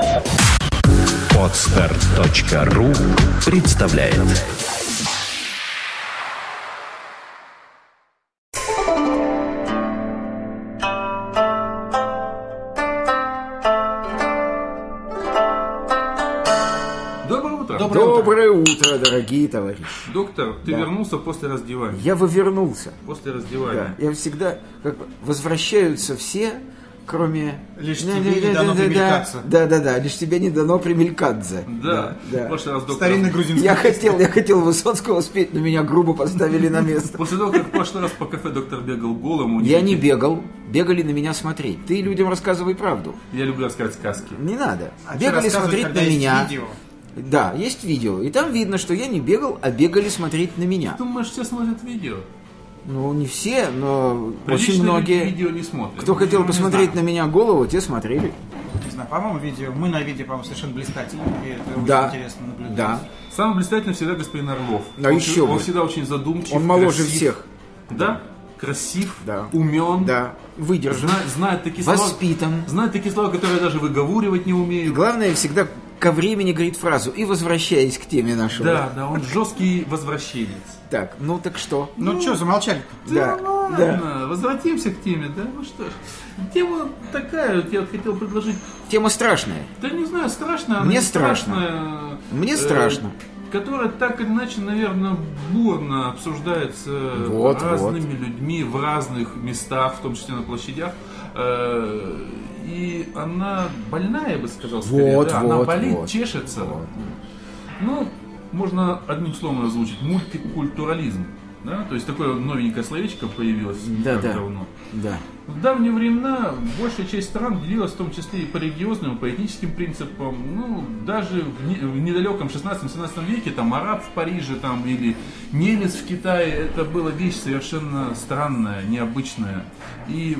Podster.ru представляет. Доброе утро, дорогие товарищи. Доктор, ты вернулся после раздевания. Я вывернулся. После раздевания. Да, я всегда возвращаются все, кроме... Лишь тебе не дано примелькаться. Да, лишь тебе не дано примелькаться. Да. В прошлый раз, доктор... Старинный грузинский. Я хотел Высоцкого спеть, но меня грубо поставили на место. После того, как в прошлый раз по кафе доктор бегал голым... Я не бегал, бегали на меня смотреть. Ты людям рассказывай правду. Я люблю рассказывать сказки. Не надо. А бегали смотреть на меня. Видео? Да, есть видео. И там видно, что я не бегал, а бегали смотреть на меня. Думаешь, все смотрят видео? Ну, не все, но Приличные очень многие. видео не смотрят. Кто хотел посмотреть на меня голову, те смотрели. Не знаю, по-моему, мы на видео, по-моему, совершенно блистательны. И это Да. очень интересно наблюдать. Да. Самый блистательный всегда господин Орлов. А еще он бы. всегда очень задумчив. Он моложе красив. всех. Да? Красив, Да. умен, Да. Выдержан. знает такие слова, Воспитан. знает такие слова, которые я даже выговаривать не И умею. главное, всегда ко времени говорит фразу. И возвращаясь к теме нашего. Да, он жесткий возвращенец. Так, ну так что? Ну что, замолчали-то? Да. Ладно, возвратимся к теме, да? Ну что ж, тема такая, вот я вот хотел предложить. Тема страшная. Да не знаю, страшная, она Мне не страшно. страшная. Мне страшно. Которая так или иначе, наверное, бурно обсуждается Вот. разными людьми в разных местах, в том числе на площадях. И она больная, я бы сказал, скорее. Она болит, чешется. Ну, можно одним словом озвучить: мультикультурализм. Да? То есть такое новенькое словечко появилось давно. Да. В давние времена большая часть стран делилась в том числе и по религиозным, и по этническим принципам. Ну, даже в недалеком 16-17 веке там араб в Париже там, или немец в Китае, это была вещь совершенно странная, необычная. И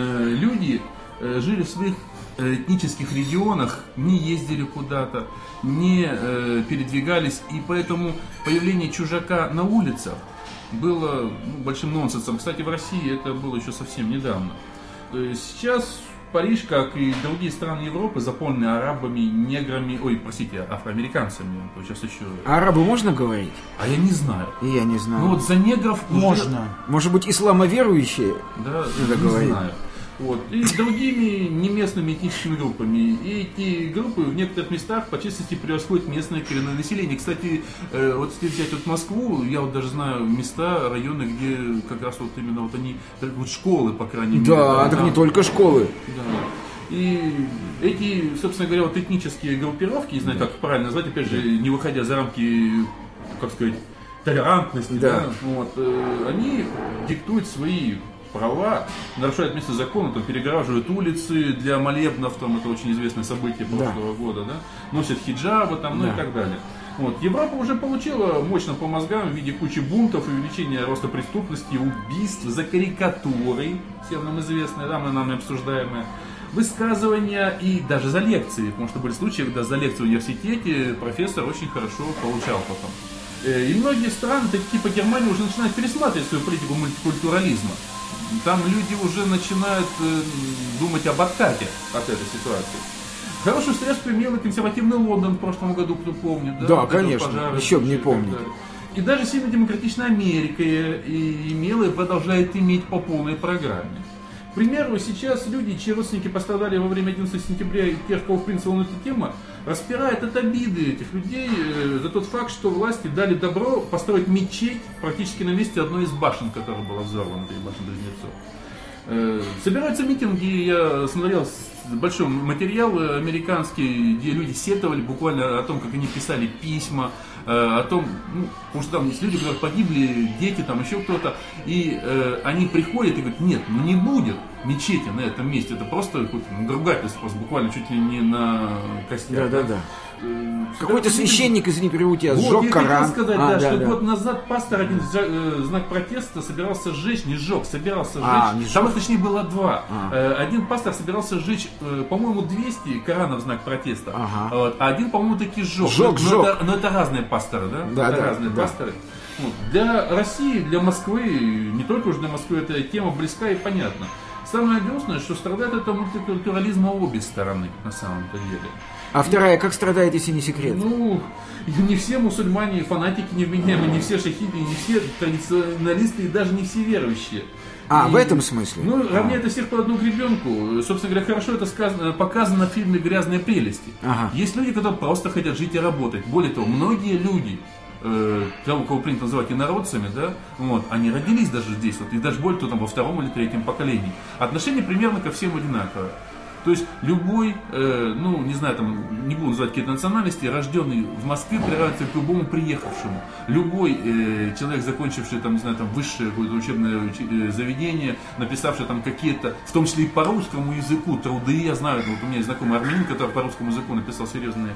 люди жили в своих этнических регионах, не ездили куда-то, не передвигались, и поэтому появление чужака на улицах было большим нонсенсом. Кстати, в России это было еще совсем недавно. То есть сейчас Париж, как и другие страны Европы, заполнены арабами, неграми, афроамериканцами. То сейчас еще... Арабы можно говорить? А я не знаю. И я не знаю. Ну вот за негров Можно. Может быть, исламоверующие? Да, надо не говорить. знаю. Вот. И другими неместными этническими группами. И эти группы в некоторых местах по численности превосходят местное коренное население. Кстати, вот если взять вот Москву, я вот даже знаю места, районы, где как раз вот именно вот они, вот школы, по крайней мере. Да, так не только школы. Да. И эти, собственно говоря, вот этнические группировки, не знаю, как правильно назвать, опять же, не выходя за рамки, как сказать, толерантности, Да. Вот, они диктуют свои права, нарушают место закона, там, перегораживают улицы для молебнов, там, это очень известное событие прошлого года, да, носят хиджабы, там, ну и так далее. Вот. Европа уже получила мощно по мозгам в виде кучи бунтов, увеличения роста преступности, убийств, за карикатуры, всем нам известные, да, мы нами обсуждаемые, высказывания и даже за лекции, потому что были случаи, когда за лекцию в университете профессор очень хорошо получал потом. И многие страны, такие типа Германия, уже начинают пересматривать свою политику мультикультурализма. Там люди уже начинают думать об откате от этой ситуации. Хорошую встряску имел и консервативный Лондон в прошлом году, кто помнит. Да, вот конечно, пожары, еще бы не помнит. И даже сильно демократичная Америка имела и продолжает иметь по полной программе. К примеру, сейчас люди, чьи родственники пострадали во время 11 сентября и тех, кого в принципе волнует эта тема, распирают от обиды этих людей за тот факт, что власти дали добро построить мечеть практически на месте одной из башен, которая была взорвана, этой башен-близнецов. Собираются митинги, я смотрел большой материал американский, где люди сетовали буквально о том, как они писали письма, о том, потому что там есть люди, которые погибли, дети, там еще кто-то, и они приходят и говорят: нет, не будет мечети на этом месте, это просто надругательство, буквально чуть ли не на костях. Да. Какой-то священник, извини, перевод тебя, сжег Коран. Я хотел сказать, что год назад пастор один знак протеста собирался сжечь, не сжег, собирался сжечь. Там их, точнее, было два. Один пастор собирался сжечь, по-моему, 200 Коранов в знак протеста, а один, по-моему, таки сжег. Но это разные пасторы, да? Это разные пасторы. Для России, для Москвы, не только уже для Москвы, эта тема близка и понятна. самое грустное, что страдает это мультикультурализма обе стороны, на самом-то деле. А вторая, как страдает, если не секрет? Ну, не все мусульмане фанатики невменяемые, не все шахиды, не все традиционалисты и даже не все верующие. В этом смысле? Ну, равняет всех по одну гребенку. Собственно говоря, хорошо это показано в фильме «Грязные прелести». Ага. Есть люди, которые просто хотят жить и работать. Более того, многие люди, того, кого принято называть инородцами, да, вот, они родились даже здесь, вот, и даже более того, там, во втором или третьем поколении. Отношение примерно ко всем одинаковое. То есть любой, ну, не знаю, там, не буду называть какие-то национальности, рожденный в Москве приравнивается к любому приехавшему. Любой человек, закончивший, там, не знаю, там, высшее какое-то учебное заведение, написавший там какие-то, в том числе и по русскому языку, труды, я знаю, вот у меня есть знакомый армянин, который по русскому языку написал серьезные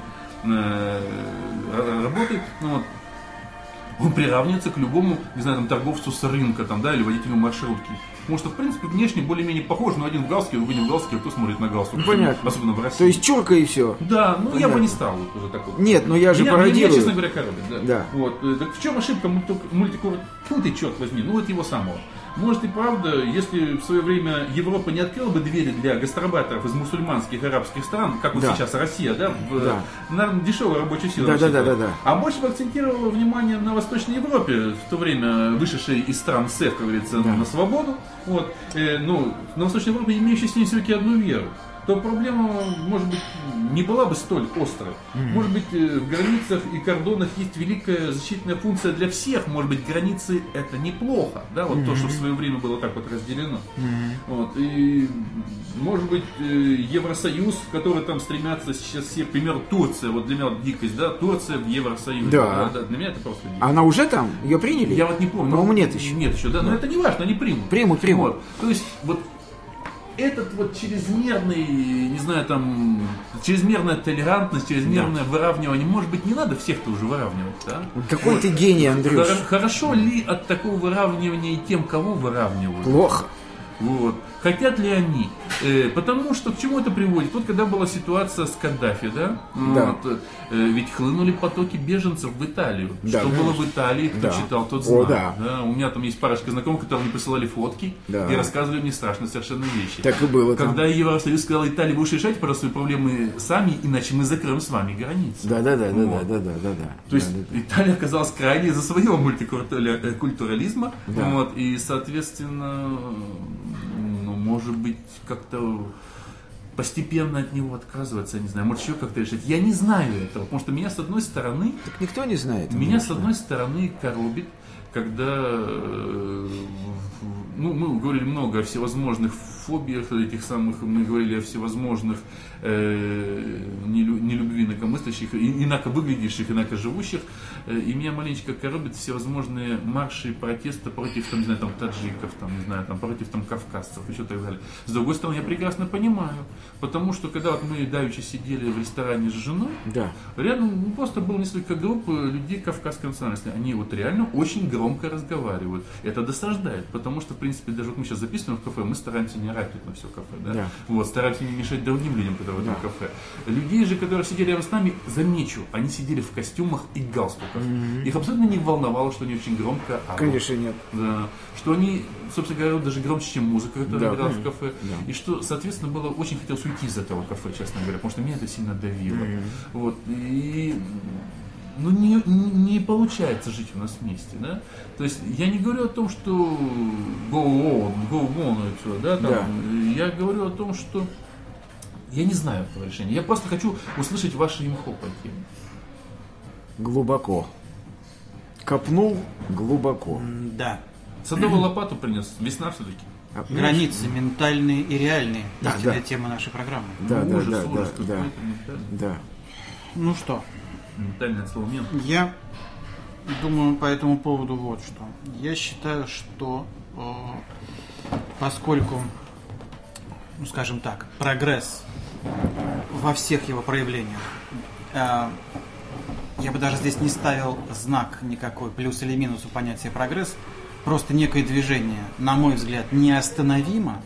работы, ну, вот. Он приравнивается к любому, не знаю, там, торговцу с рынка, там, да, или водителю маршрутки. Потому что, в принципе, внешне более-менее похож, но один в галстуке, другой не в галстуке, кто смотрит на галстук. Понятно. Особенно в России. То есть чурка и все. Да, ну Понятно. Я бы не стал вот уже такой. Нет, но я же пародирую. Меня, честно говоря, коробит, да. Да. Вот. Так в чем ошибка мультикультурализма? Фу ты, черт возьми, ну вот его самого. Может и правда, если в свое время Европа не открыла бы двери для гастарбайтеров из мусульманских и арабских стран, как вот сейчас Россия, да, наверное, дешевая рабочая сила. Да. А больше бы акцентировала внимание на Восточной Европе, в то время вышедшей из стран СЭФ, как говорится, на свободу. Вот. Ну, на Восточной Европе, имеющей с ней все-таки одну веру, то проблема, может быть, не была бы столь острой. Может быть, в границах и кордонах есть великая защитная функция для всех. Может быть, границы это неплохо, да, вот то, что в свое время было так вот разделено. Вот. И, может быть, Евросоюз, в который там стремятся сейчас все, к примеру, Турция, вот для меня вот дикость, да, Турция в Евросоюзе. Да. Для меня это просто дикость. Она уже там? Ее приняли? Я вот не помню. По-моему, нет еще. Нет еще, да, но это не важно, они примут. Примут. Вот. То есть, вот этот вот чрезмерный, не знаю, там, чрезмерная толерантность, чрезмерное выравнивание, может быть, не надо всех-то уже выравнивать, да? Какой ты гений, Андрюш. Хорошо ли от такого выравнивания и тем, кого выравнивают? Плохо. Вот. Хотят ли они? Потому что к чему это приводит? Вот когда была ситуация с Каддафи, да? Вот, ведь хлынули потоки беженцев в Италию. Да, что было в Италии, кто читал, тот знает. Да. У меня там есть парочка знакомых, которые мне присылали фотки и рассказывали мне страшные совершенно вещи. Так и было. Когда Евросоюз сказал: Италия, вы уж решайте просто свои проблемы сами, иначе мы закроем с вами границы. Да. То есть Италия оказалась крайне за своего мультикультурализма. Вот, и, соответственно, может быть, как-то постепенно от него отказываться, я не знаю, может еще как-то решить. Я не знаю этого, потому что меня с одной стороны... Так никто не знает. Меня с одной стороны коробит, когда... Ну, мы говорили много о всевозможных фобиях, этих самых, мы говорили о всевозможных нелюбви инакомыслящих, инако выглядящих, инако живущих, и меня маленечко коробит всевозможные марши протеста против, там, не знаю, там, таджиков, там, не знаю, там, против там, кавказцев, еще так далее. С другой стороны, я прекрасно понимаю, потому что когда вот мы давеча сидели в ресторане с женой, рядом просто было несколько групп людей кавказской национальности, они вот реально очень громко разговаривают. Это досаждает, потому что, в принципе, даже вот мы сейчас записываем в кафе, мы стараемся не орать тут на все кафе, да? Вот, стараемся не мешать другим людям, которые в этом кафе. Людей же, которые сидели рядом с нами, замечу, они сидели в костюмах и галстуках. Их абсолютно не волновало, что они очень громко орут. Конечно, нет. Да. Что они, собственно говоря, даже громче, чем музыка, которая играла в кафе. И что, соответственно, было очень хотелось уйти из этого кафе, честно говоря, потому что меня это сильно давило. Вот. И ну, не получается жить у нас вместе, да? То есть я не говорю о том, что go on, да, там. Я говорю о том, что я не знаю этого решения. Я просто хочу услышать ваше имхо по теме. Глубоко. Копнул глубоко. Да. Садовую лопату принес. Весна все-таки. Границы ментальные и реальные. Истинная тема нашей программы. Да. Ну что? Ментальное слово «мент». Я думаю по этому поводу вот что. Я считаю, что поскольку, ну, скажем так, прогресс во всех его проявлениях, я бы даже здесь не ставил знак никакой, плюс или минус у понятия прогресс, просто некое движение, на мой взгляд, неостановимо,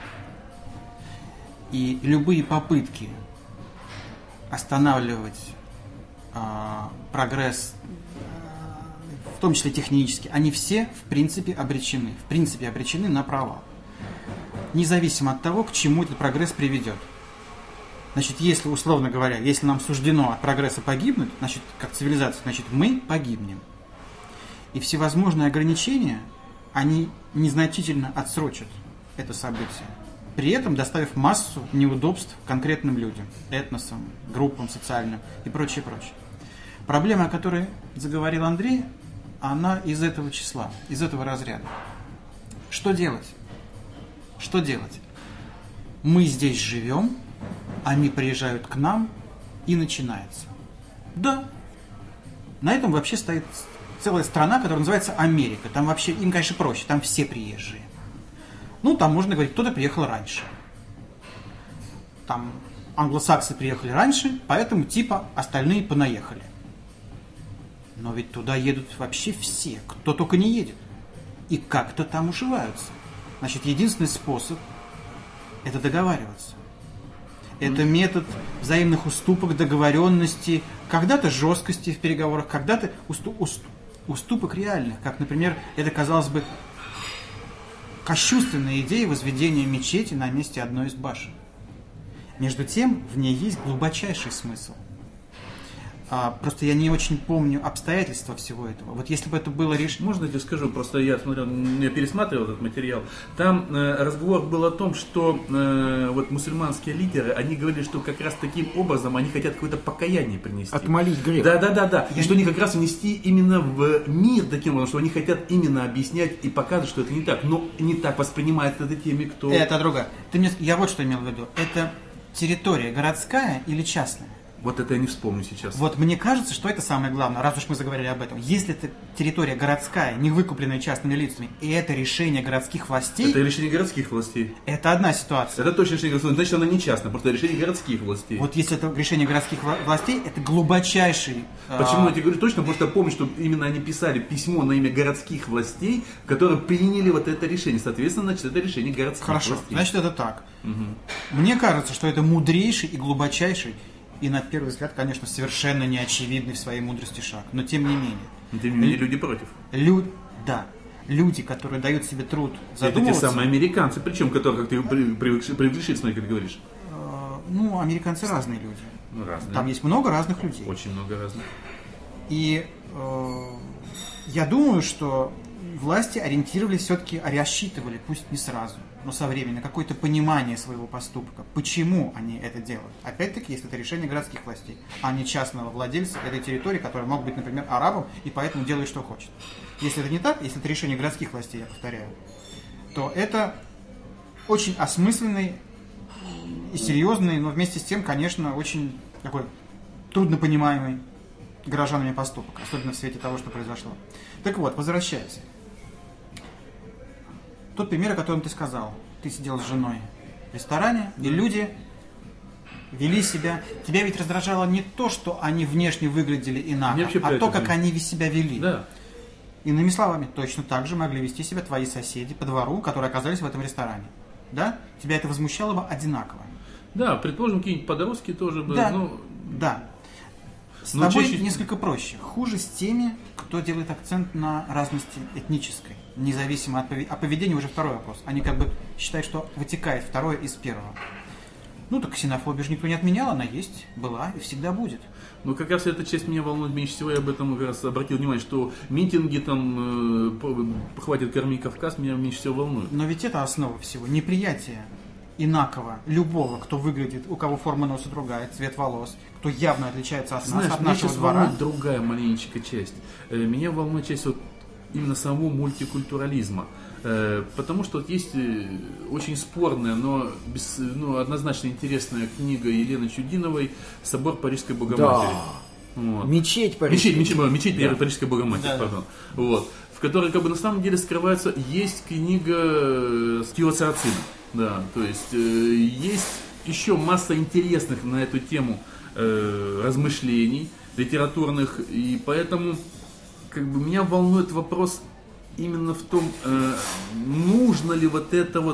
и любые попытки останавливать прогресс, в том числе технически, они все в принципе обречены на провал. независимо от того, к чему этот прогресс приведет. Значит, если, условно говоря, если нам суждено от прогресса погибнуть, значит, как цивилизация, значит, мы погибнем. И всевозможные ограничения, они незначительно отсрочат это событие, при этом доставив массу неудобств конкретным людям, этносам, группам социальным и прочее, прочее. Проблема, о которой заговорил Андрей, она из этого числа, из этого разряда. Что делать? Что делать? Мы здесь живем, они приезжают к нам, и начинается. Да, на этом вообще стоит целая страна, которая называется Америка. Там вообще, им, конечно, проще, там все приезжие. Ну, там можно говорить, кто-то приехал раньше. Там англосаксы приехали раньше, поэтому типа остальные понаехали. Но ведь туда едут вообще все, кто только не едет. И как-то там уживаются. Значит, единственный способ – это договариваться. Это метод взаимных уступок, договоренности, когда-то жесткости в переговорах, когда-то уступок реальных. Как, например, это, казалось бы, кощунственная идея возведения мечети на месте одной из башен. Между тем, в ней есть глубочайший смысл. Просто я не очень помню обстоятельства всего этого. Вот если бы это было решено... Можно я тебе скажу? Просто я смотрел, я пересматривал этот материал. Там разговор был о том, что вот мусульманские лидеры, они говорили, что как раз таким образом они хотят какое-то покаяние принести. Отмолить грех. Да. И что они как раз внести именно в мир таким образом, что они хотят именно объяснять и показывать, что это не так. Но не так воспринимают это теми, кто... Это другое. Я вот что имел в виду. Это территория городская или частная? Вот это я не вспомню сейчас. Вот мне кажется, что это самое главное, раз уж мы заговорили об этом. Если это территория городская, не выкупленная частными лицами, и это решение городских властей... Это решение городских властей. Это одна ситуация. Это точно решение городских властей. Значит, она не частная, просто это решение городских властей. Вот если это решение городских властей, это глубочайший... Почему я тебе говорю точно? Потому что помню, что именно они писали письмо на имя городских властей, которые приняли вот это решение. Соответственно, значит, это решение городских властей. Хорошо, значит, это так. Мне кажется, что это мудрейший и глубочайший, и на первый взгляд, конечно, совершенно неочевидный в своей мудрости шаг. Но тем не менее. Но тем не менее, люди против. Да. Люди, которые дают себе труд задумываться... Это те самые американцы, причем, которые, как ты привыкли жить, смотри, как ты говоришь. Ну, американцы разные люди. Ну, разные. Там есть много разных людей. Очень много разных. И я думаю, что власти ориентировались все-таки, рассчитывали, пусть не сразу, но со временем, на какое-то понимание своего поступка. Почему они это делают? Опять-таки, если это решение городских властей, а не частного владельца этой территории, который мог быть, например, арабом, и поэтому делает, что хочет. Если это не так, если это решение городских властей, я повторяю, то это очень осмысленный и серьезный, но вместе с тем, конечно, очень такой труднопонимаемый горожанами поступок, особенно в свете того, что произошло. Так вот, возвращаясь. Тот пример, о котором ты сказал. Ты сидел с женой в ресторане, и люди вели себя... Тебя ведь раздражало не то, что они внешне выглядели иначе, а то, как они себя вели. Да. Иными словами, точно так же могли вести себя твои соседи по двору, которые оказались в этом ресторане. Да? Тебя это возмущало бы одинаково. Да, предположим, какие-нибудь подростки тоже бы... Да, ну... да. С тобой несколько проще. Хуже с теми, кто делает акцент на разности этнической. Независимо от поведения, уже второй вопрос. Они как бы считают, что вытекает второе из первого. Ну, так ксенофобию же никто не отменял, она есть, была и всегда будет. Ну, как раз эта часть меня волнует меньше всего, я об этом как раз обратил внимание, что митинги там «Хватит кормить Кавказ» меня меньше всего волнует. Но ведь это основа всего. Неприятие инакого, любого, кто выглядит, у кого форма носа другая, цвет волос, кто явно отличается от нас, от нашего двора. Волнует другая маленечкая часть. Меня волнует часть вот именно самого мультикультурализма. Потому что вот есть очень спорная, но однозначно интересная книга Елены Чудиновой «Собор Парижской Богоматери». Да. Вот. Мечеть Парижской Богоматери, пардон. Вот. В которой как бы на самом деле скрывается, есть книга Стива Сарацина. Да, то есть есть еще масса интересных на эту тему размышлений литературных, и поэтому как бы меня волнует вопрос именно в том, нужно ли вот это вот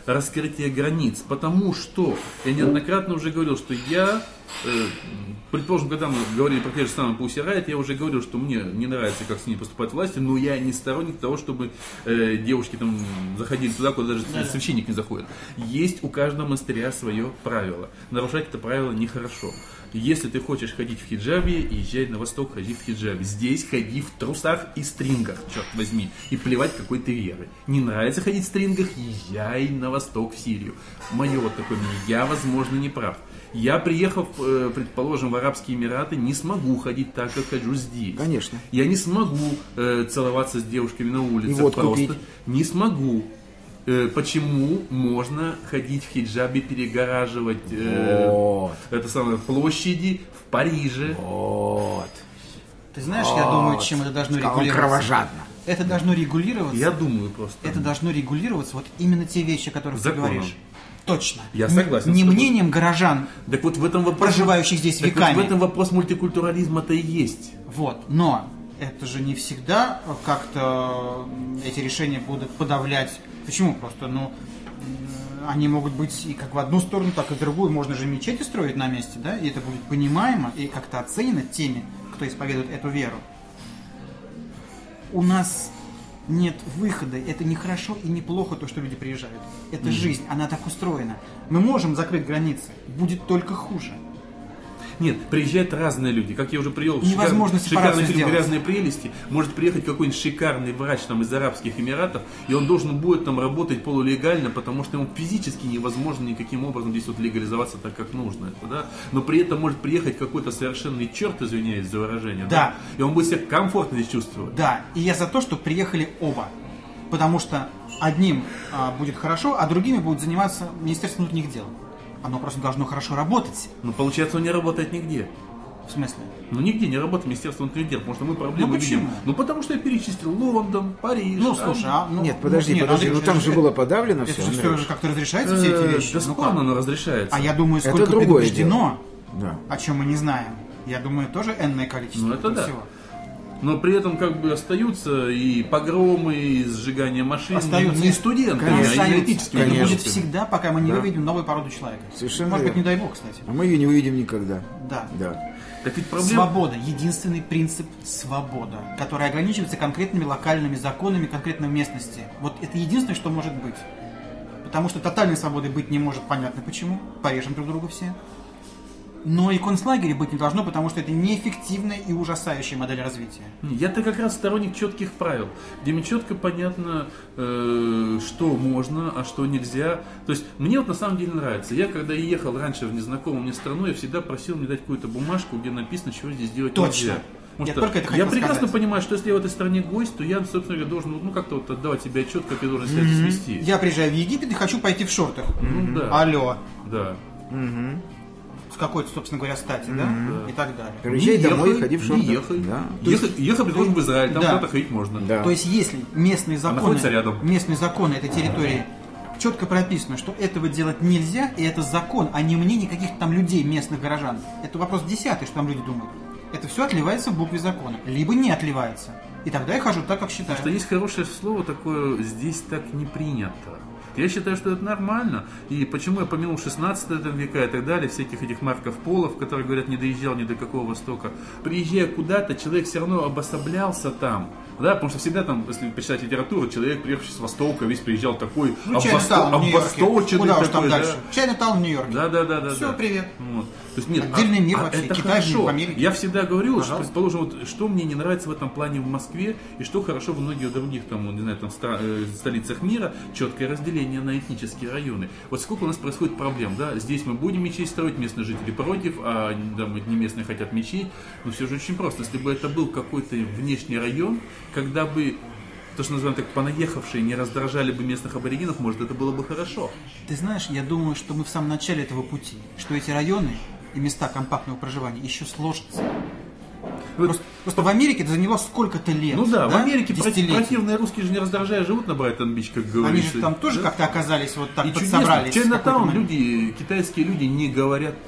раскрытия границ. Потому что, я неоднократно уже говорил, что я, предположим, когда мы говорили про те же самые Pussy Riot, я уже говорил, что мне не нравится, как с ними поступают власти, но я не сторонник того, чтобы девушки там заходили туда, куда даже священник не заходит. Есть у каждого монастыря свое правило. Нарушать это правило нехорошо. Если ты хочешь ходить в хиджабе, езжай на восток, ходи в хиджабе. Здесь ходи в трусах и стрингах, черт возьми. И плевать, какой ты веры. Не нравится ходить в стрингах, езжай на восток, в Сирию. Мое вот такое мнение. Я, возможно, не прав. Я, приехав, предположим, в Арабские Эмираты, не смогу ходить так, как хожу здесь. Конечно. Я не смогу целоваться с девушками на улице. И вот просто купить. не смогу. Почему можно ходить в хиджабе, перегораживать это самое, площади в Париже? Вот. Ты знаешь, я думаю, чем это должно регулироваться. Кровожадно. Это должно регулироваться. Я думаю просто. Это должно регулироваться вот именно те вещи, о которых Законом. ты говоришь. Точно. Я согласен Не с тобой. мнением горожан, Так вот в этом вопрос, проживающих здесь так веками. вот в этом вопрос мультикультурализма-то и есть. Вот. Но это же не всегда как-то эти решения будут подавлять. Почему? Просто, они могут быть и как в одну сторону, так и в другую. Можно же мечети строить на месте, да? И это будет понимаемо и как-то оценено теми, кто исповедует эту веру. У нас нет выхода. Это не хорошо и не плохо, то, что люди приезжают. Это жизнь, она так устроена. Мы можем закрыть границы, будет только хуже. Нет, приезжают разные люди. Как я уже привел, Невозможно шикарный сепарацию фильм сделать. «Грязные прелести». Может приехать какой-нибудь шикарный врач там, из Арабских Эмиратов, и он должен будет там работать полулегально, потому что ему физически невозможно никаким образом здесь вот легализоваться так, как нужно. Это, да? Но при этом может приехать какой-то совершенный черт, извиняюсь за выражение, Да. и он будет себя комфортно здесь чувствовать. Да, и я за то, что приехали оба. Потому что одним будет хорошо, а другими будет заниматься Министерство внутренних дел. Оно просто должно хорошо работать. Но получается, он не работает нигде. В смысле? Ну, нигде не работает Министерство внутренних дел, потому что мы проблемы почему? видим. Ну, потому что я перечислил Лондон, Париж. Слушай, Нет, подожди, Андрей, там же было подавлено это все. же все как-то разрешается, все эти вещи. Да Ну спорно как? оно разрешается. А я думаю, Это сколько другое предупреждено, Да. о чем мы не знаем. Я думаю, тоже энное количество Ну, это этого да. всего. Но при этом как бы остаются и погромы, и сжигание машин. Остаются. Не студентами, а Остаются. аналитическими Это будет работниками. всегда, пока мы не Да. выведем новую породу человека. Совершенно Может быть, верно. не дай бог, кстати. А мы ее не увидим никогда. Да. Да. Так ведь проблема... Свобода. Единственный принцип свобода, который ограничивается конкретными локальными законами конкретной местности. Вот это единственное, что может быть. Потому что тотальной свободы быть не может, понятно почему. Порежем друг друга все. Но и концлагеря быть не должно, потому что это неэффективная и ужасающая модель развития. Я-то как раз сторонник четких правил, где мне четко понятно, что можно, а что нельзя. То есть мне вот на самом деле нравится. Я когда ехал раньше в незнакомую мне страну, я всегда просил мне дать какую-то бумажку, где написано, чего здесь делать Точно. нельзя. Потому Я что только это я хотел прекрасно сказать. понимаю, что если я в этой стране гость, то я, собственно говоря, должен как-то вот отдавать себе отчет, как я должен себя здесь вести. Я приезжаю в Египет и хочу пойти в шортах. Ну да. Алло. Да. С какой-то, собственно говоря, стати, да? И так далее. Приезжай Не домой, ехай, ходи в не шортах. ехай. Да. Ехай, предположим, в Израиль, там Да. куда-то ходить можно. Да. То есть, если местные законы, находится рядом. местные законы этой территории четко прописано, что этого делать нельзя, и это закон, а не мнение каких-то там людей, местных горожан. Это вопрос 10, что там люди думают. Это все отливается в букве закона. Либо не отливается. И тогда я хожу так, как считаю. Что есть хорошее слово такое, здесь так не принято. Я считаю, что это нормально. И почему я помянул 16 века и так далее, всяких этих Марков Полов, которые говорят, не доезжал ни до какого Востока. Приезжая куда-то, человек все равно обособлялся там. Да, потому что всегда там, если почитать литературу, человек, приехавший с Востока, весь приезжал такой Чайна-таун в Нью-Йорке. обвосточенный Куда уж такой, там да. дальше? Чайна-таун в Нью-Йорке. Да. Все, привет. Вот. То есть, нет, Отдельный мир вообще. это Китай же хорошо. в Америке. Я всегда говорил, что, Пожалуйста. предположим, вот, что мне не нравится в этом плане в Москве, и что хорошо в многих других там, не знаю, там, столицах мира, четкое разделение на этнические районы. Вот сколько у нас происходит проблем, да? Здесь мы будем мечеть строить, местные жители против, а там, не местные хотят мечеть. Но все же очень просто. Если бы это был какой-то внешний район, когда бы то, что называем так, понаехавшие не раздражали бы местных аборигенов, может, это было бы хорошо. Ты знаешь, я думаю, что мы в самом начале этого пути, что эти районы и места компактного проживания еще сложатся. Вот, Просто в Америке это заняло сколько-то лет. ну да, в Америке Десятилетий. противные русские же не раздражая живут на Брайтон-Бич, как Они говорится. же там тоже Да? как-то оказались вот так И подсобрались. чудесно. В в какой-то Чайна-таун момент. люди, китайские люди не говорят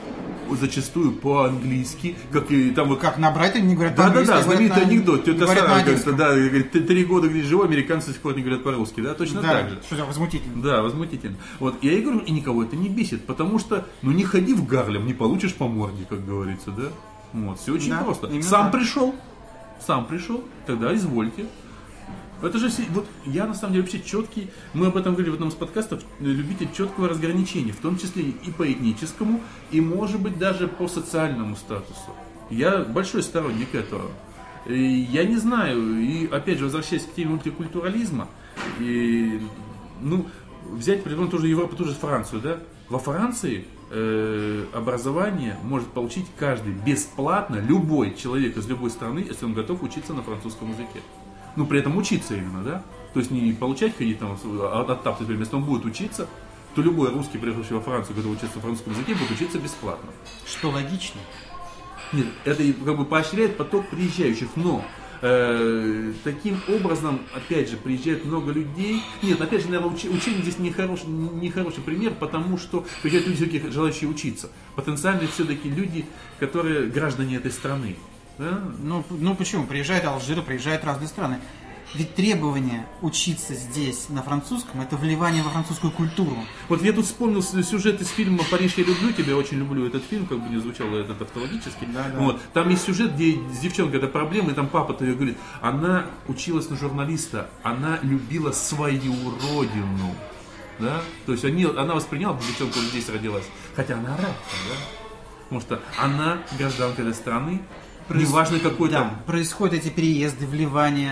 зачастую по-английски, как и там вот... Как на Брайтоне не говорят Да, по-английски. знаменитый анекдот. Тетя говорят Сара на говорит, английском. да, говорит, 3 года где живу, американцы до сих пор не говорят по-русски, да, точно Да, так же. что за возмутительно. Да, возмутительно. Вот, я и говорю, и никого это не бесит, потому что, ну, не ходи в Гарлем, не получишь по морде, как говорится, да. Вот, все очень Да, просто. именно Сам так. пришел, тогда извольте. Это же, вот я на самом деле вообще четкий, мы об этом говорили в одном из подкастов, любитель четкого разграничения, в том числе и по этническому, и может быть даже по социальному статусу. Я большой сторонник этого. И я не знаю, и опять же, возвращаясь к теме мультикультурализма, и, ну, взять, предположим, ту же Европу, ту же Францию, да? Во Франции образование может получить каждый бесплатно, любой человек из любой страны, если он готов учиться на французском языке. Ну, при этом учиться именно, да? То есть не получать ходить там, оттаптывать время, если он будет учиться, то любой русский, приехавший во Францию, который учится на французском языке, будет учиться бесплатно. Что логично. Нет, это как бы поощряет поток приезжающих, но таким образом, опять же, приезжает много людей. Нет, опять же, наверное, учение здесь не хороший пример, потому что приезжают люди, все-таки желающие учиться. Потенциально все-таки люди, которые граждане этой страны. Да? Ну почему? Приезжает Алжир, приезжают разные страны. Ведь требование учиться здесь на французском — это вливание во французскую культуру. Вот я тут вспомнил сюжет из фильма «Париж, я люблю тебя», очень люблю этот фильм, как бы не звучало это тавтологически. Да. Вот. Там есть сюжет, где с девчонкой это проблема, и там папа-то ее говорит, она училась на журналиста, она любила свою родину. Да? То есть она восприняла, что девчонка уже здесь родилась, хотя она арабка, да? Потому что она гражданка этой страны. Неважно какой да, там. происходят эти переезды, вливания,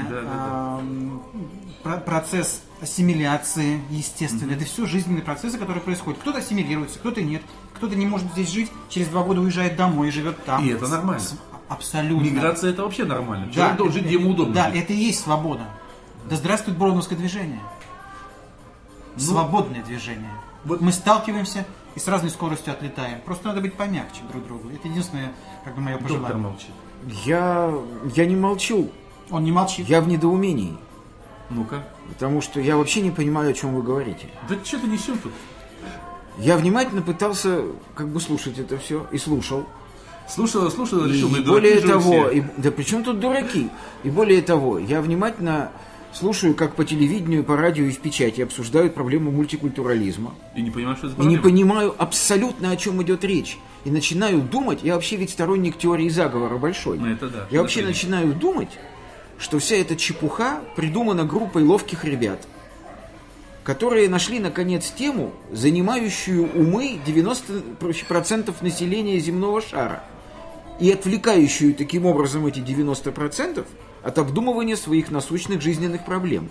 процесс ассимиляции, естественно. Это все жизненные процессы, которые происходят. Кто-то ассимилируется, кто-то нет. Кто-то не может здесь жить, через 2 года уезжает домой и живет там. И это нормально. Абсолютно. Миграция — это вообще нормально. Да, Человек должен жить, где ему удобно. Да, жить. это и есть свобода. Да здравствует броуновское движение. Свободное движение. Вот мы сталкиваемся и с разной скоростью отлетаем. Просто надо быть помягче друг другу. Это единственное, как бы, мое Доктор пожелание. молчит. Я не молчу. Он не молчит. Я в недоумении. Ну-ка. Потому что я вообще не понимаю, о чем вы говорите. Да что ты несем тут? Я внимательно пытался как бы слушать это все и слушал. Слушал, решил, И более того, да при чем тут дураки? И более того, я внимательно слушаю, как по телевидению, по радио и в печати обсуждают проблему мультикультурализма. И не понимаешь, что это И не проблема? понимаю абсолютно, о чем идет речь. И начинаю думать, я вообще ведь сторонник теории заговора большой. Ну, это да. Я вообще начинаю думать, что вся эта чепуха придумана группой ловких ребят, которые нашли, наконец, тему, занимающую умы 90% населения земного шара, и отвлекающую таким образом эти 90% от обдумывания своих насущных жизненных проблем.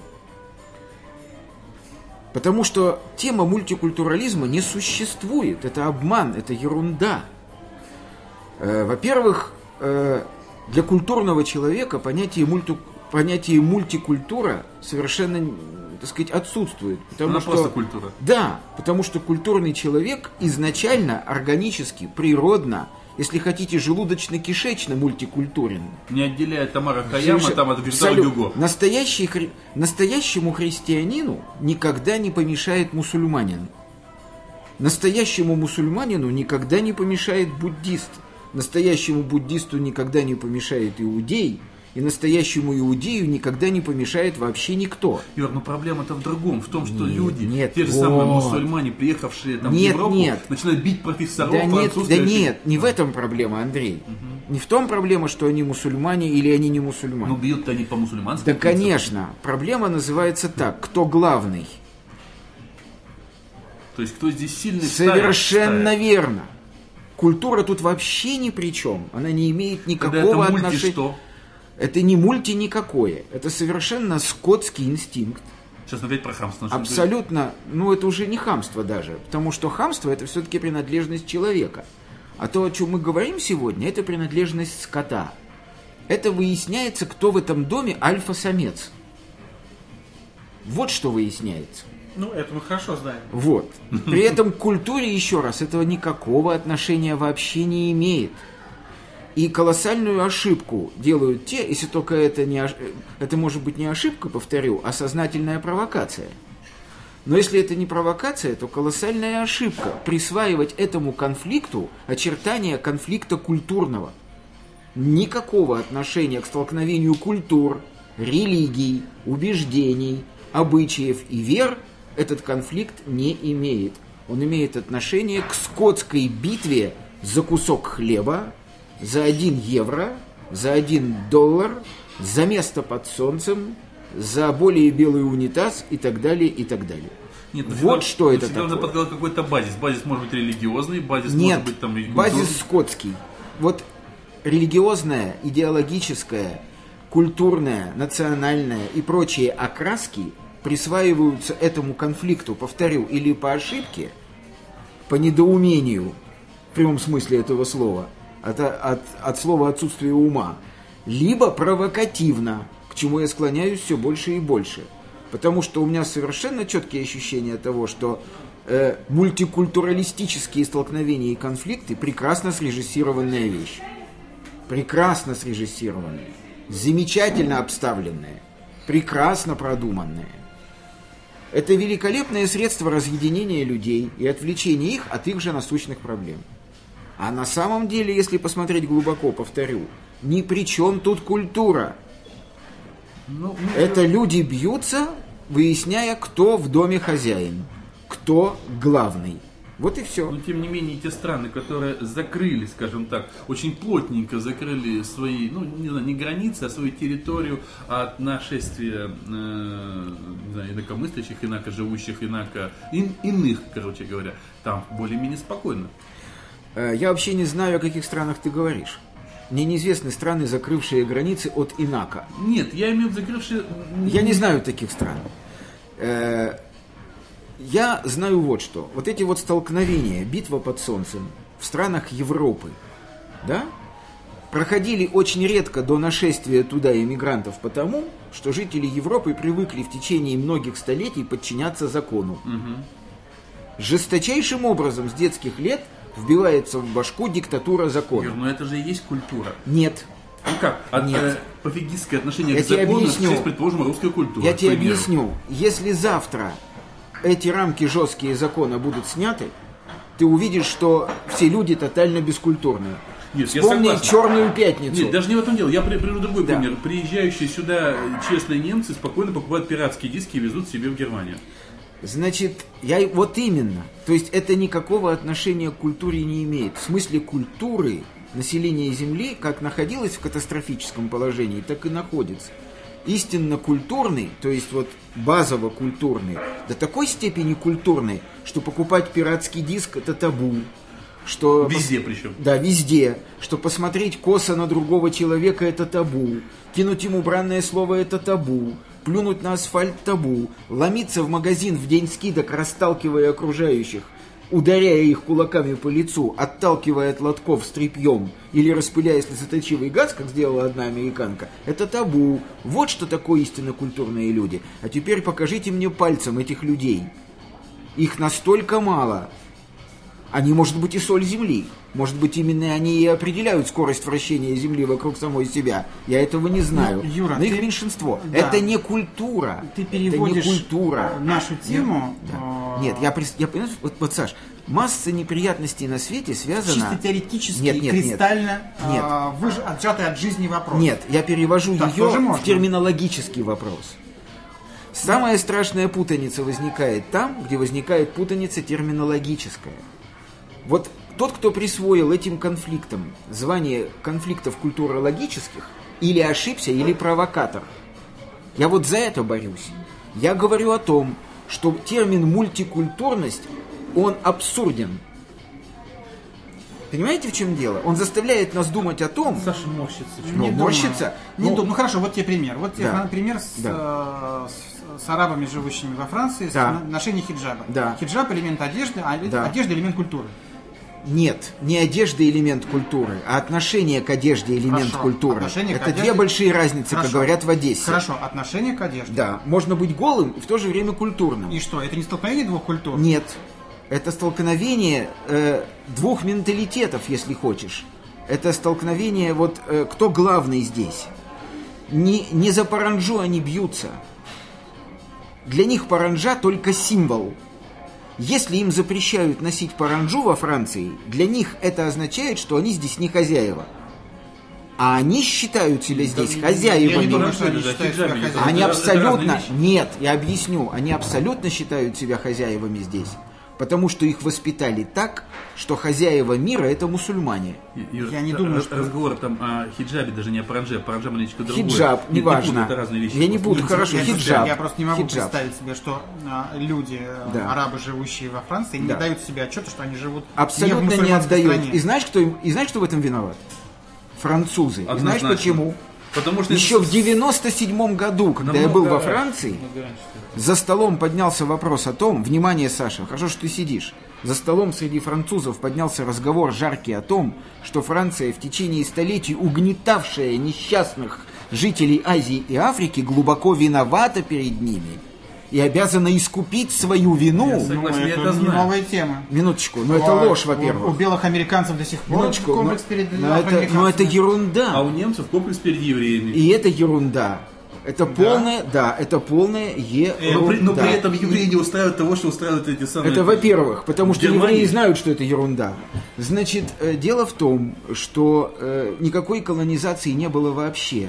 Потому что тема мультикультурализма не существует. Это обман, это ерунда. Во-первых, для культурного человека понятие мультикультура совершенно, так сказать, отсутствует. Она просто культура. Да, потому что культурный человек изначально, органически, природно, если хотите, желудочно-кишечно мультикультурен. Не отделяет Тамара Хаяма там от Виктора Гюго. Настоящему христианину никогда не помешает мусульманин. Настоящему мусульманину никогда не помешает буддист. Настоящему буддисту никогда не помешает иудей. И настоящему иудею никогда не помешает вообще никто. Юр, но проблема-то в другом, в том, что люди, нет, те же самые мусульмане, приехавшие там в Европу, начинают бить профессоров французской. Нет, не в этом проблема, Андрей. Не в том проблема, что они мусульмане или они не мусульмане. Ну, бьют-то они по мусульманским. Да, конечно. Проблема называется так. Кто главный? То есть, кто здесь сильный? Совершенно верно. Культура тут вообще ни при чем. Она не имеет никакого отношения. Что? Это не мульти никакое. Это совершенно скотский инстинкт. Сейчас опять про хамство. Абсолютно. Ну, это уже не хамство даже. Потому что хамство — это все-таки принадлежность человека. А то, о чем мы говорим сегодня, это принадлежность скота. Это выясняется, кто в этом доме альфа-самец. Вот что выясняется. Ну, это мы хорошо знаем. Вот. При этом к культуре, еще раз, этого никакого отношения вообще не имеет. И колоссальную ошибку делают те, если только это может быть не ошибка, повторю, а сознательная провокация. Но если это не провокация, то колоссальная ошибка присваивать этому конфликту очертания конфликта культурного. Никакого отношения к столкновению культур, религий, убеждений, обычаев и вер этот конфликт не имеет. Он имеет отношение к скотской битве за кусок хлеба, за 1 евро, за $1, за место под солнцем, за более белый унитаз и так далее, и так далее. Нет, вот что это такое. Нужно подготовить какой-то базис. Базис может быть религиозный, базис Нет, может быть там... базис скотский. Вот религиозная, идеологическая, культурная, национальная и прочие окраски присваиваются этому конфликту, повторю, или по ошибке, по недоумению, в прямом смысле этого слова, от слова отсутствия ума, либо провокативно, к чему я склоняюсь все больше и больше. Потому что у меня совершенно четкие ощущения того, что мультикультуралистические столкновения и конфликты прекрасно срежиссированная вещь. Прекрасно срежиссированная, замечательно обставленная, прекрасно продуманная. Это великолепное средство разъединения людей и отвлечения их от их же насущных проблем. А на самом деле, если посмотреть глубоко, повторю, ни при чем тут культура. Это люди бьются, выясняя, кто в доме хозяин, кто главный. Вот и все. Но тем не менее, те страны, которые закрыли, скажем так, очень плотненько закрыли свои, не границы, а свою территорию от нашествия инакомыслящих, инакоживущих, иных, короче говоря, там более-менее спокойно. Я вообще не знаю, о каких странах ты говоришь. Мне неизвестны страны, закрывшие границы от инака. Нет, я имею в виду закрывшие... Я не знаю таких стран. Я знаю вот что. Вот эти вот столкновения, битва под солнцем в странах Европы, да, проходили очень редко до нашествия туда иммигрантов потому, что жители Европы привыкли в течение многих столетий подчиняться закону. Жесточайшим образом с детских лет вбивается в башку диктатура закона. Но это же и есть культура. Нет. Ну как? Нет. Пофигистское отношение Я к закону, объясню. есть, предположим, русская культура. Я тебе объясню. Если завтра эти рамки жесткие закона будут сняты, ты увидишь, что все люди тотально бескультурные. Нет, вспомни «Черную пятницу». Нет, даже не в этом дело. Я приведу другой Да. пример. Приезжающие сюда честные немцы спокойно покупают пиратские диски и везут себе в Германию. Значит, вот именно. То есть это никакого отношения к культуре не имеет. В смысле культуры население Земли как находилось в катастрофическом положении, так и находится. Истинно культурный, то есть вот базово культурный, до такой степени культурный, что покупать пиратский диск это табу. Что Везде причем. Да, везде. Что посмотреть косо на другого человека это табу. Кинуть ему бранное слово это табу. Плюнуть на асфальт табу. Ломиться в магазин в день скидок, расталкивая окружающих, ударяя их кулаками по лицу, отталкивая от лотков с тряпьем или распыляя слезоточивый газ, как сделала одна американка, это табу. Вот что такое истинно культурные люди. А теперь покажите мне пальцем этих людей. Их настолько мало. Они, может быть, и соль Земли. Может быть, именно они и определяют скорость вращения Земли вокруг самой себя. Я этого не знаю. Ну, Юра, но их меньшинство. Да. Это не культура. Ты переводишь это не культура. нашу тему. Да. Нет, я понимаю, вот, Саш, масса неприятностей на свете связана... Чисто теоретически, нет, кристально нет. отжатый от жизни вопрос. Нет, я перевожу Так, ее тоже в можно. терминологический вопрос. Самая страшная путаница возникает там, где возникает путаница терминологическая. Вот тот, кто присвоил этим конфликтам звание конфликтов культурологических, или ошибся, или провокатор. Я вот за это борюсь. Я говорю о том, что термин мультикультурность, он абсурден. Понимаете, в чем дело? Он заставляет нас думать о том... Саша морщится. Ну, морщится? Ну, хорошо, вот тебе пример. Вот тебе Да. пример с арабами, живущими во Франции, Да. с ношением хиджаба. Да. Хиджаб – элемент одежды, а Да. одежда – элемент культуры. Нет, не одежда элемент культуры, а отношение к одежде элемент Хорошо, культуры. отношение к Это одежде- две большие разницы, Хорошо. как говорят в Одессе. Хорошо, отношение к одежде. Да, можно быть голым и в то же время культурным. И что, это не столкновение двух культур? Нет, это столкновение двух менталитетов, если хочешь. Это столкновение, кто главный здесь. Не за паранджу они бьются. Для них паранджа только символ. Если им запрещают носить паранджу во Франции, для них это означает, что они здесь не хозяева. А они считают себя здесь хозяевами. Я не думаю, что они считают себя хозяевами. Они абсолютно... Это Нет, я объясню. Они абсолютно считают себя хозяевами здесь. Потому что их воспитали так, что хозяева мира – это мусульмане. Я не думаю, что... Разговор там о хиджабе, даже не о паранже, паранжа маленечко другое. Хиджаб, неважно. Это разные вещи. Я не буду, хорошо, хиджаб. Я просто не могу Хиджаб. представить себе, что люди, Да. арабы, живущие во Франции, не Да. дают себе отчета, что они живут Абсолютно не в не мусульманской отдают. стране. И знаешь, кто в этом виноват? Французы. И знаешь Однозначно. почему? Потому что Еще в 97 году, когда я был во Намного Франции, за столом поднялся вопрос о том, внимание, Саша, хорошо, что ты сидишь, за столом среди французов поднялся разговор жаркий о том, что Франция в течение столетий, угнетавшая несчастных жителей Азии и Африки, глубоко виновата перед ними и обязана искупить свою вину. Согласен, я это это не знаю. новая тема. Минуточку, но это ложь, У во-первых. белых американцев до сих пор Минуточку, комплекс перед но это афроамериканцами. ерунда. А у немцев комплекс перед евреями. И это ерунда. Это полная, это полная ерунда. Но при этом евреи не устраивают того, что устраивают эти самые... Это во-первых, потому что Германии. евреи знают, что это ерунда. Значит, дело в том, что никакой колонизации не было вообще.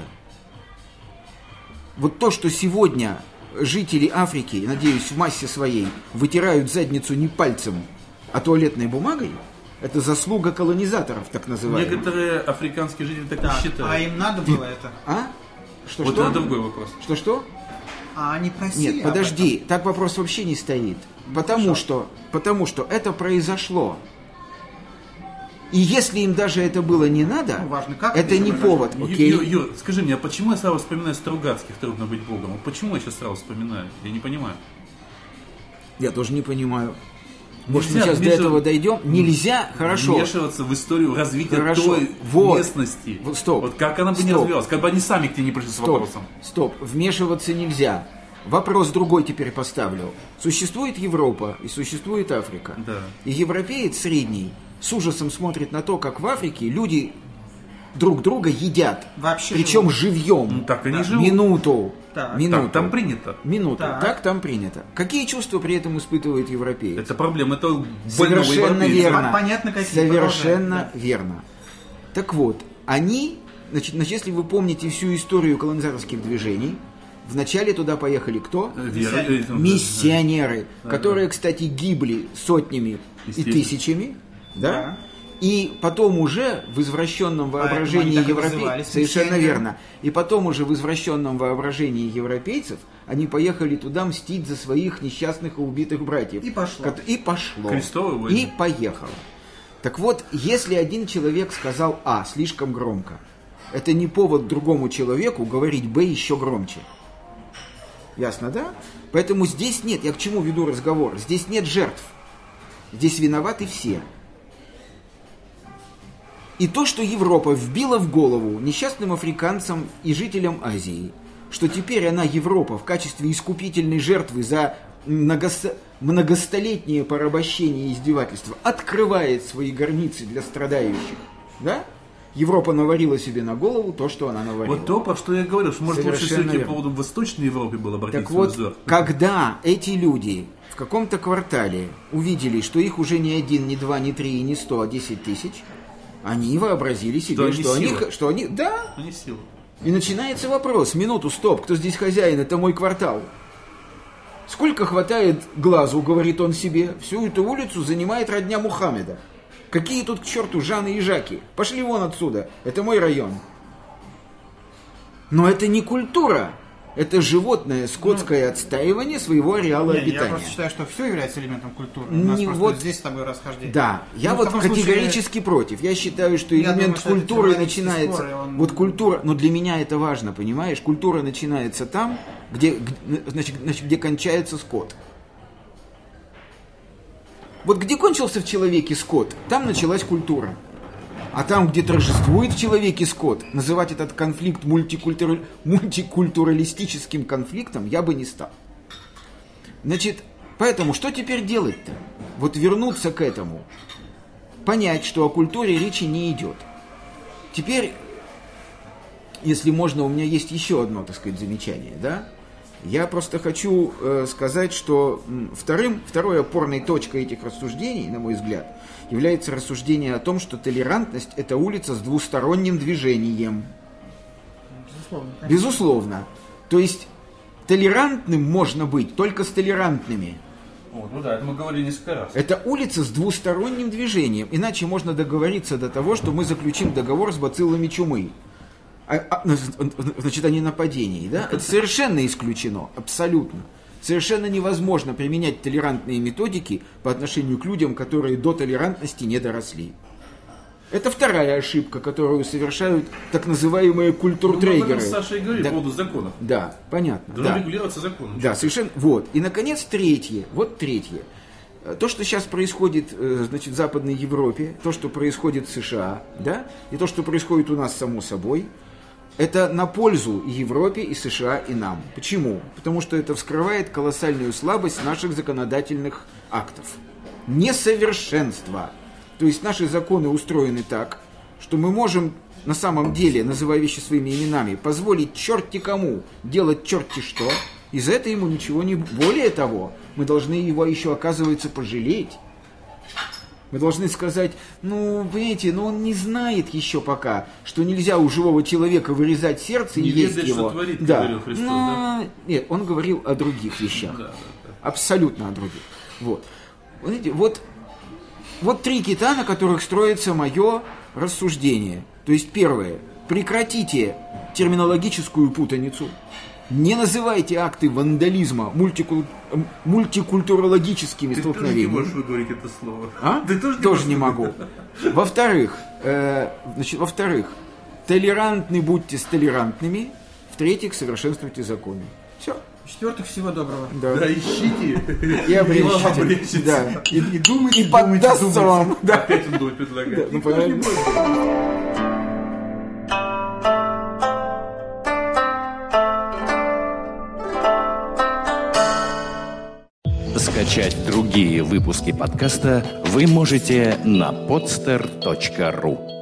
Вот то, что сегодня жители Африки, надеюсь, в массе своей, вытирают задницу не пальцем, а туалетной бумагой, это заслуга колонизаторов, так называемых. Некоторые африканские жители так не А считают. им надо было это? А? Что? Вот это другой вопрос. Что? А они просили Нет, об подожди, так вопрос вообще не стоит. Потому что это произошло. И если им даже это было не надо, Ну, важно, как это это не произошло. повод. Окей. Юр, скажи мне, а почему я сразу вспоминаю Стругацких «Трудно быть Богом»? Вот почему я сейчас сразу вспоминаю? Я не понимаю. Я тоже не понимаю. Может, мы Нельзя сейчас до этого дойдем? Нельзя? Хорошо. Вмешиваться в историю развития Хорошо. той Вот. местности. Вот, стоп. Вот как она бы не Стоп. развивалась, как бы они сами к тебе не пришли с вопросом. Стоп. Вмешиваться нельзя. Вопрос другой теперь поставлю. Существует Европа и существует Африка. Да. И европеец средний с ужасом смотрит на то, как в Африке люди друг друга едят. Вообще Причем живьем. Ну, так они живут. Минуту. Так. Минуту. Так там принято. Минуту. Так. Так там принято. Какие чувства при этом испытывает европеец? Это проблема, это больного Совершенно европейца. верно. Понятно, какие. Совершенно Продолжаем, верно. Так вот, они, значит, если вы помните всю историю колонизаторских движений, вначале туда поехали кто? Миссионеры, которые, кстати, гибли сотнями и Естественно. тысячами, да? Да. И потом уже в извращенном воображении они так и европейцев, назывались, совершенно миссионеры. верно, и потом уже в извращенном воображении европейцев они поехали туда мстить за своих несчастных и убитых братьев. И пошло. И пошло. Крестовые войны. И поехало. Так вот, если один человек сказал А слишком громко, это не повод другому человеку говорить Б еще громче. Ясно, да? Поэтому здесь нет, я к чему веду разговор, здесь нет жертв. Здесь виноваты все. И то, что Европа вбила в голову несчастным африканцам и жителям Азии, что теперь она, Европа, в качестве искупительной жертвы за многостолетнее порабощение и издевательство открывает свои границы для страдающих, да? Европа наварила себе на голову то, что она наварила. Вот то, по что я говорил, что может лучше Совершенно все-таки по верно. поводу Восточной Европы было обратиться Так вот, взор. когда эти люди в каком-то квартале увидели, что их уже не один, не два, не три, не 100, а 10 тысяч, они вообразили себе, что они... Да, Они силы. и начинается вопрос, минуту, стоп, кто здесь хозяин, это мой квартал. Сколько хватает глазу, говорит он себе, всю эту улицу занимает родня Мухаммеда. Какие тут к черту Жаны и Жаки? Пошли вон отсюда, это мой район. Но это не культура, это животное скотское отстаивание своего ареала Я обитания. просто считаю, что все является элементом культуры. У нас Не просто вот- здесь с тобой расхождение. Да, я Ну, в вот таком категорически против. Я считаю, что Я элемент думаю, что это культуры теоретический начинается... спор, и он- Вот культура, но для меня это важно, понимаешь? Культура начинается там, значит, где кончается скот. Вот где кончился в человеке скот, там началась культура. А там, где торжествует в человеке скот, называть этот конфликт мультикультуралистическим конфликтом я бы не стал. Значит, поэтому что теперь делать-то? Вот вернуться к этому. Понять, что о культуре речи не идет. Теперь, если можно, у меня есть еще одно, так сказать, замечание, да? Я просто хочу сказать, что второй опорной точкой этих рассуждений, на мой взгляд, является рассуждение о том, что толерантность – это улица с двусторонним движением. Безусловно. Безусловно. То есть толерантным можно быть только с толерантными. Ну да, это мы говорили несколько раз. Это улица с двусторонним движением. Иначе можно договориться до того, что мы заключим договор с бациллами чумы. Значит, о ненападении. Да? Это совершенно исключено. Абсолютно. Совершенно невозможно применять толерантные методики по отношению к людям, которые до толерантности не доросли. Это вторая ошибка, которую совершают так называемые культуртрейгеры. Мы об этом с Сашей говорили по поводу законов. Да, понятно. Должно регулироваться законом. Да, совершенно. Вот. И, наконец, третье. То, что сейчас происходит, значит, в Западной Европе, то, что происходит в США, да, и то, что происходит у нас само собой, это на пользу и Европе, и США, и нам. Почему? Потому что это вскрывает колоссальную слабость наших законодательных актов. Несовершенство. То есть наши законы устроены так, что мы можем на самом деле, называя вещи своими именами, позволить черти кому делать черти что, и за это ему ничего не... Более того, мы должны его еще, оказывается, пожалеть. Мы должны сказать, понимаете, он не знает еще пока, что нельзя у живого человека вырезать сердце и есть его. Что творит, говорил Христос, да? Нет, он говорил о других вещах. Да. Абсолютно о других. Вот. Видите, вот три кита, на которых строится мое рассуждение. То есть, первое. Прекратите терминологическую путаницу. Не называйте акты вандализма мультикультурологическими столкновениями. Ты тоже не можешь выговорить это слово. Ты тоже не могу. Во-вторых, толерантны будьте с толерантными. В-третьих, совершенствуйте законы. Все. В-четвертых, всего доброго. Да, ищите и обречите. Да. И думайте, и поддастся вам. Да. Опять он будет предлагать. Да, правильно. Скачать другие выпуски подкаста вы можете на podster.ru.